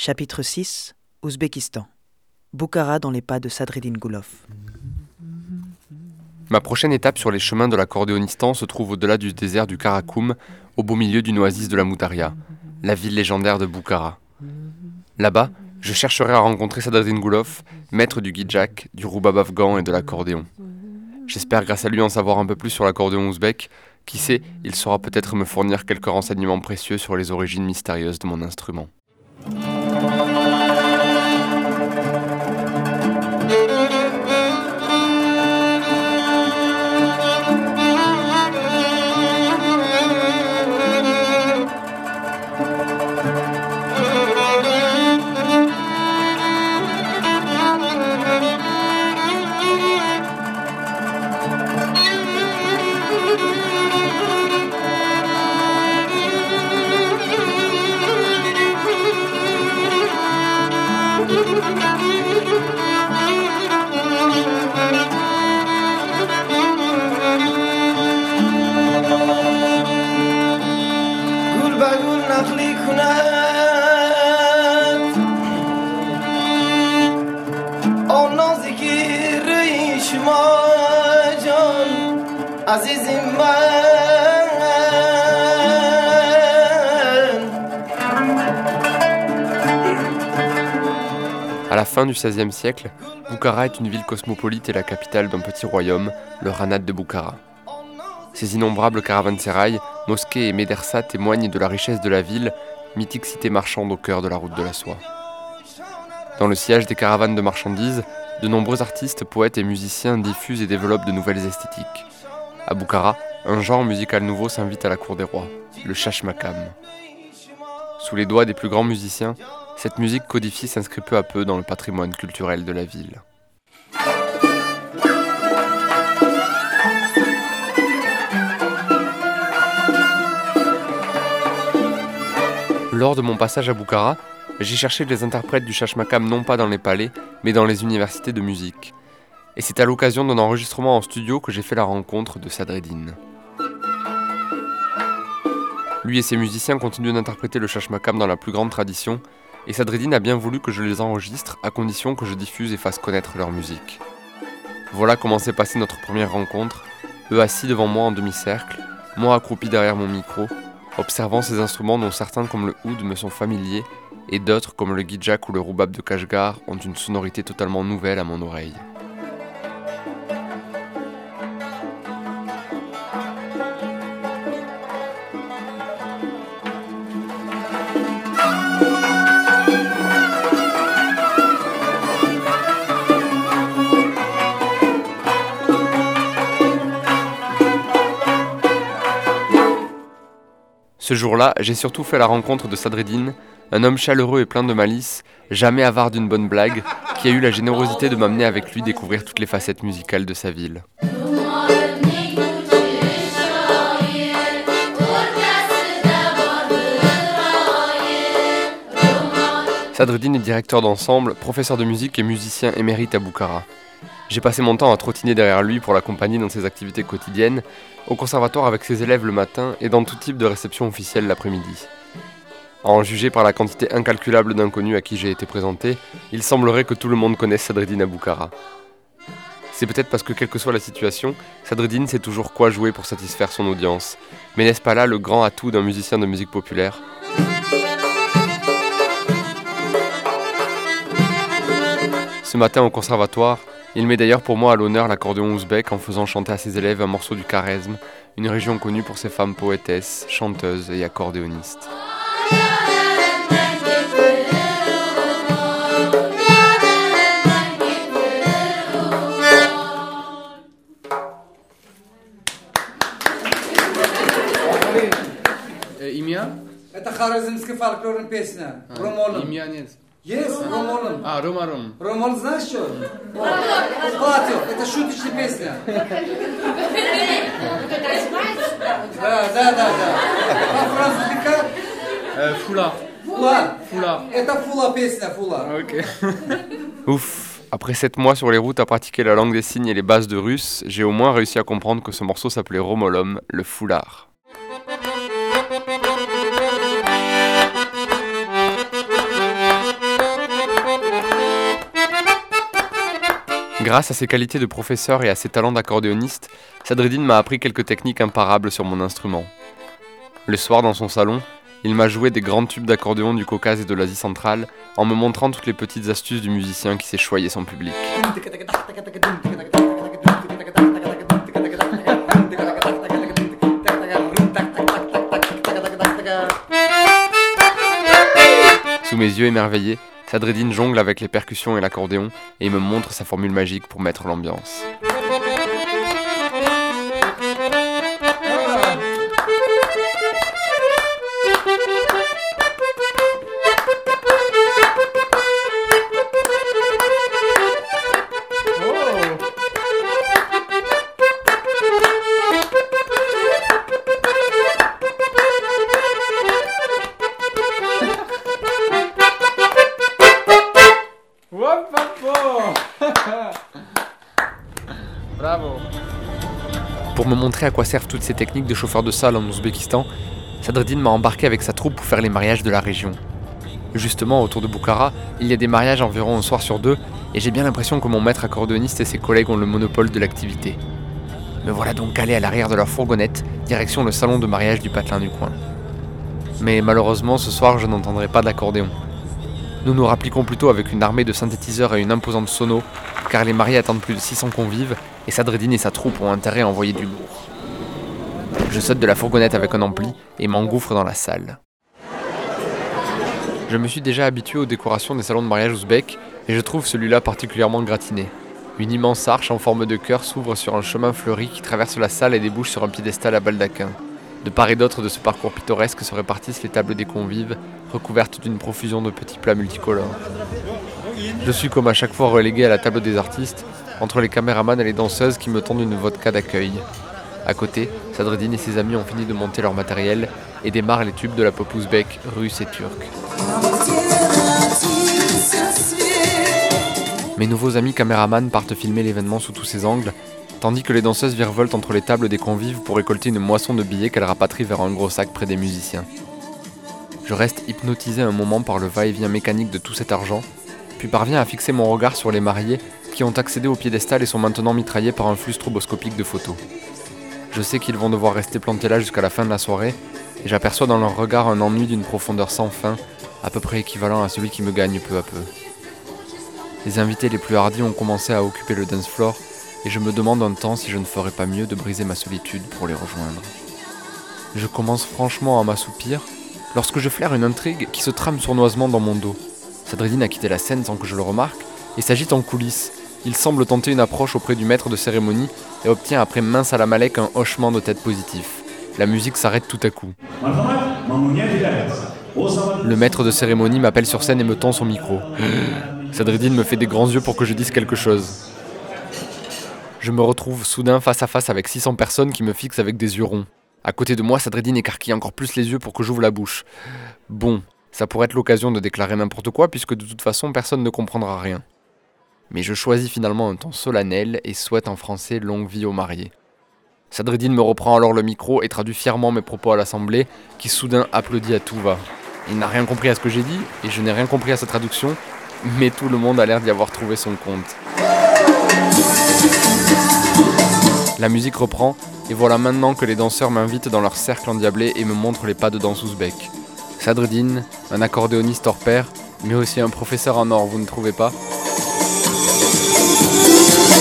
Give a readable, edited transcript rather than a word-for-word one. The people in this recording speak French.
Chapitre 6, Ouzbékistan. Boukhara dans les pas de Sadreddin Gulov. Ma prochaine étape sur les chemins de l'accordéonistan se trouve au-delà du désert du Karakoum, au beau milieu d'une oasis de la Moutaria, la ville légendaire de Boukhara. Là-bas, je chercherai à rencontrer Sadreddin Gulov, maître du gidjak, du roubab afghan et de l'accordéon. J'espère grâce à lui en savoir un peu plus sur l'accordéon ouzbek. Qui sait, il saura peut-être me fournir quelques renseignements précieux sur les origines mystérieuses de mon instrument. À la fin du XVIe siècle, Boukhara est une ville cosmopolite et la capitale d'un petit royaume, le Khanat de Boukhara. Ses innombrables caravansérails, mosquées et médersas témoignent de la richesse de la ville, mythique cité marchande au cœur de la route de la soie. Dans le sillage des caravanes de marchandises, de nombreux artistes, poètes et musiciens diffusent et développent de nouvelles esthétiques. À Boukhara, un genre musical nouveau s'invite à la cour des rois, le chachmakam. Sous les doigts des plus grands musiciens, cette musique codifiée s'inscrit peu à peu dans le patrimoine culturel de la ville. Lors de mon passage à Boukhara, j'ai cherché les interprètes du chachmakam non pas dans les palais, mais dans les universités de musique. Et c'est à l'occasion d'un enregistrement en studio que j'ai fait la rencontre de Sadreddin. Lui et ses musiciens continuent d'interpréter le chachmakam dans la plus grande tradition, et Sadreddin a bien voulu que je les enregistre à condition que je diffuse et fasse connaître leur musique. Voilà comment s'est passée notre première rencontre, eux assis devant moi en demi-cercle, moi accroupi derrière mon micro, observant ces instruments dont certains comme le oud me sont familiers et d'autres comme le gidjak ou le roubab de Kashgar ont une sonorité totalement nouvelle à mon oreille. Ce jour-là, j'ai surtout fait la rencontre de Sadreddin, un homme chaleureux et plein de malice, jamais avare d'une bonne blague, qui a eu la générosité de m'amener avec lui découvrir toutes les facettes musicales de sa ville. Sadreddin est directeur d'ensemble, professeur de musique et musicien émérite à Boukhara. J'ai passé mon temps à trottiner derrière lui pour l'accompagner dans ses activités quotidiennes, au conservatoire avec ses élèves le matin et dans tout type de réception officielle l'après-midi. À en juger par la quantité incalculable d'inconnus à qui j'ai été présenté, il semblerait que tout le monde connaisse Sadreddin à Boukhara. C'est peut-être parce que quelle que soit la situation, Sadreddin sait toujours quoi jouer pour satisfaire son audience. Mais n'est-ce pas là le grand atout d'un musicien de musique populaire ? Ce matin au conservatoire, il met d'ailleurs pour moi à l'honneur l'accordéon ouzbek en faisant chanter à ses élèves un morceau du Khwarezm, une région connue pour ses femmes poétesses, chanteuses et accordéonistes. Имя? Это хорезмский фольклорная песня. Ромолом. Имя нет. Есть, Ромолом. Ромаром. Ромол знаешь что? Платье. Это шуточная песня. Да. По-французски как? Фула. Фула. Это фула песня, фула. Ok. Ouf, après 7 mois sur les routes à pratiquer la langue des signes et les bases de russe, j'ai au moins réussi à comprendre que ce morceau s'appelait Romolom, le foulard. Grâce à ses qualités de professeur et à ses talents d'accordéoniste, Sadreddine m'a appris quelques techniques imparables sur mon instrument. Le soir, dans son salon, il m'a joué des grands tubes d'accordéon du Caucase et de l'Asie centrale, en me montrant toutes les petites astuces du musicien qui sait choyer son public. Sous mes yeux émerveillés, Sadreddine jongle avec les percussions et l'accordéon et me montre sa formule magique pour mettre l'ambiance. Bravo. Pour me montrer à quoi servent toutes ces techniques de chauffeur de salle en Ouzbékistan, Sadreddine m'a embarqué avec sa troupe pour faire les mariages de la région. Justement, autour de Boukhara, il y a des mariages environ un soir sur deux, et j'ai bien l'impression que mon maître accordéoniste et ses collègues ont le monopole de l'activité. Me voilà donc calé à l'arrière de leur fourgonnette, direction le salon de mariage du patelin du coin. Mais malheureusement, ce soir, je n'entendrai pas d'accordéon. Nous nous rappliquons plutôt avec une armée de synthétiseurs et une imposante sono, car les mariés attendent plus de 600 convives, et Sadreddine et sa troupe ont intérêt à envoyer du lourd. Je saute de la fourgonnette avec un ampli et m'engouffre dans la salle. Je me suis déjà habitué aux décorations des salons de mariage ouzbeks, et je trouve celui-là particulièrement gratiné. Une immense arche en forme de cœur s'ouvre sur un chemin fleuri qui traverse la salle et débouche sur un piédestal à baldaquin. De part et d'autre de ce parcours pittoresque se répartissent les tables des convives, recouvertes d'une profusion de petits plats multicolores. Je suis comme à chaque fois relégué à la table des artistes, entre les caméramans et les danseuses qui me tendent une vodka d'accueil. À côté, Sadreddine et ses amis ont fini de monter leur matériel et démarrent les tubes de la pop ouzbek, russe et turque. Mes nouveaux amis caméramans partent filmer l'événement sous tous ses angles, tandis que les danseuses virevoltent entre les tables des convives pour récolter une moisson de billets qu'elles rapatrient vers un gros sac près des musiciens. Je reste hypnotisé un moment par le va-et-vient mécanique de tout cet argent, puis parviens à fixer mon regard sur les mariés qui ont accédé au piédestal et sont maintenant mitraillés par un flux stroboscopique de photos. Je sais qu'ils vont devoir rester plantés là jusqu'à la fin de la soirée, et j'aperçois dans leur regard un ennui d'une profondeur sans fin, à peu près équivalent à celui qui me gagne peu à peu. Les invités les plus hardis ont commencé à occuper le dance floor, et je me demande un temps si je ne ferais pas mieux de briser ma solitude pour les rejoindre. Je commence franchement à m'assoupir, lorsque je flaire une intrigue qui se trame sournoisement dans mon dos. Sadreddine a quitté la scène sans que je le remarque, et s'agite en coulisses. Il semble tenter une approche auprès du maître de cérémonie, et obtient après mince à la Malek un hochement de tête positif. La musique s'arrête tout à coup. Le maître de cérémonie m'appelle sur scène et me tend son micro. Sadreddine me fait des grands yeux pour que je dise quelque chose. Je me retrouve soudain face à face avec 600 personnes qui me fixent avec des yeux ronds. À côté de moi, Sadreddine écarquille encore plus les yeux pour que j'ouvre la bouche. Bon, ça pourrait être l'occasion de déclarer n'importe quoi puisque de toute façon personne ne comprendra rien. Mais je choisis finalement un ton solennel et souhaite en français longue vie aux mariés. Sadreddine me reprend alors le micro et traduit fièrement mes propos à l'assemblée qui soudain applaudit à tout va. Il n'a rien compris à ce que j'ai dit et je n'ai rien compris à sa traduction, mais tout le monde a l'air d'y avoir trouvé son compte. La musique reprend, et voilà maintenant que les danseurs m'invitent dans leur cercle endiablé et me montrent les pas de danse ouzbek. Sadreddine, un accordéoniste hors pair, mais aussi un professeur en or, vous ne trouvez pas ?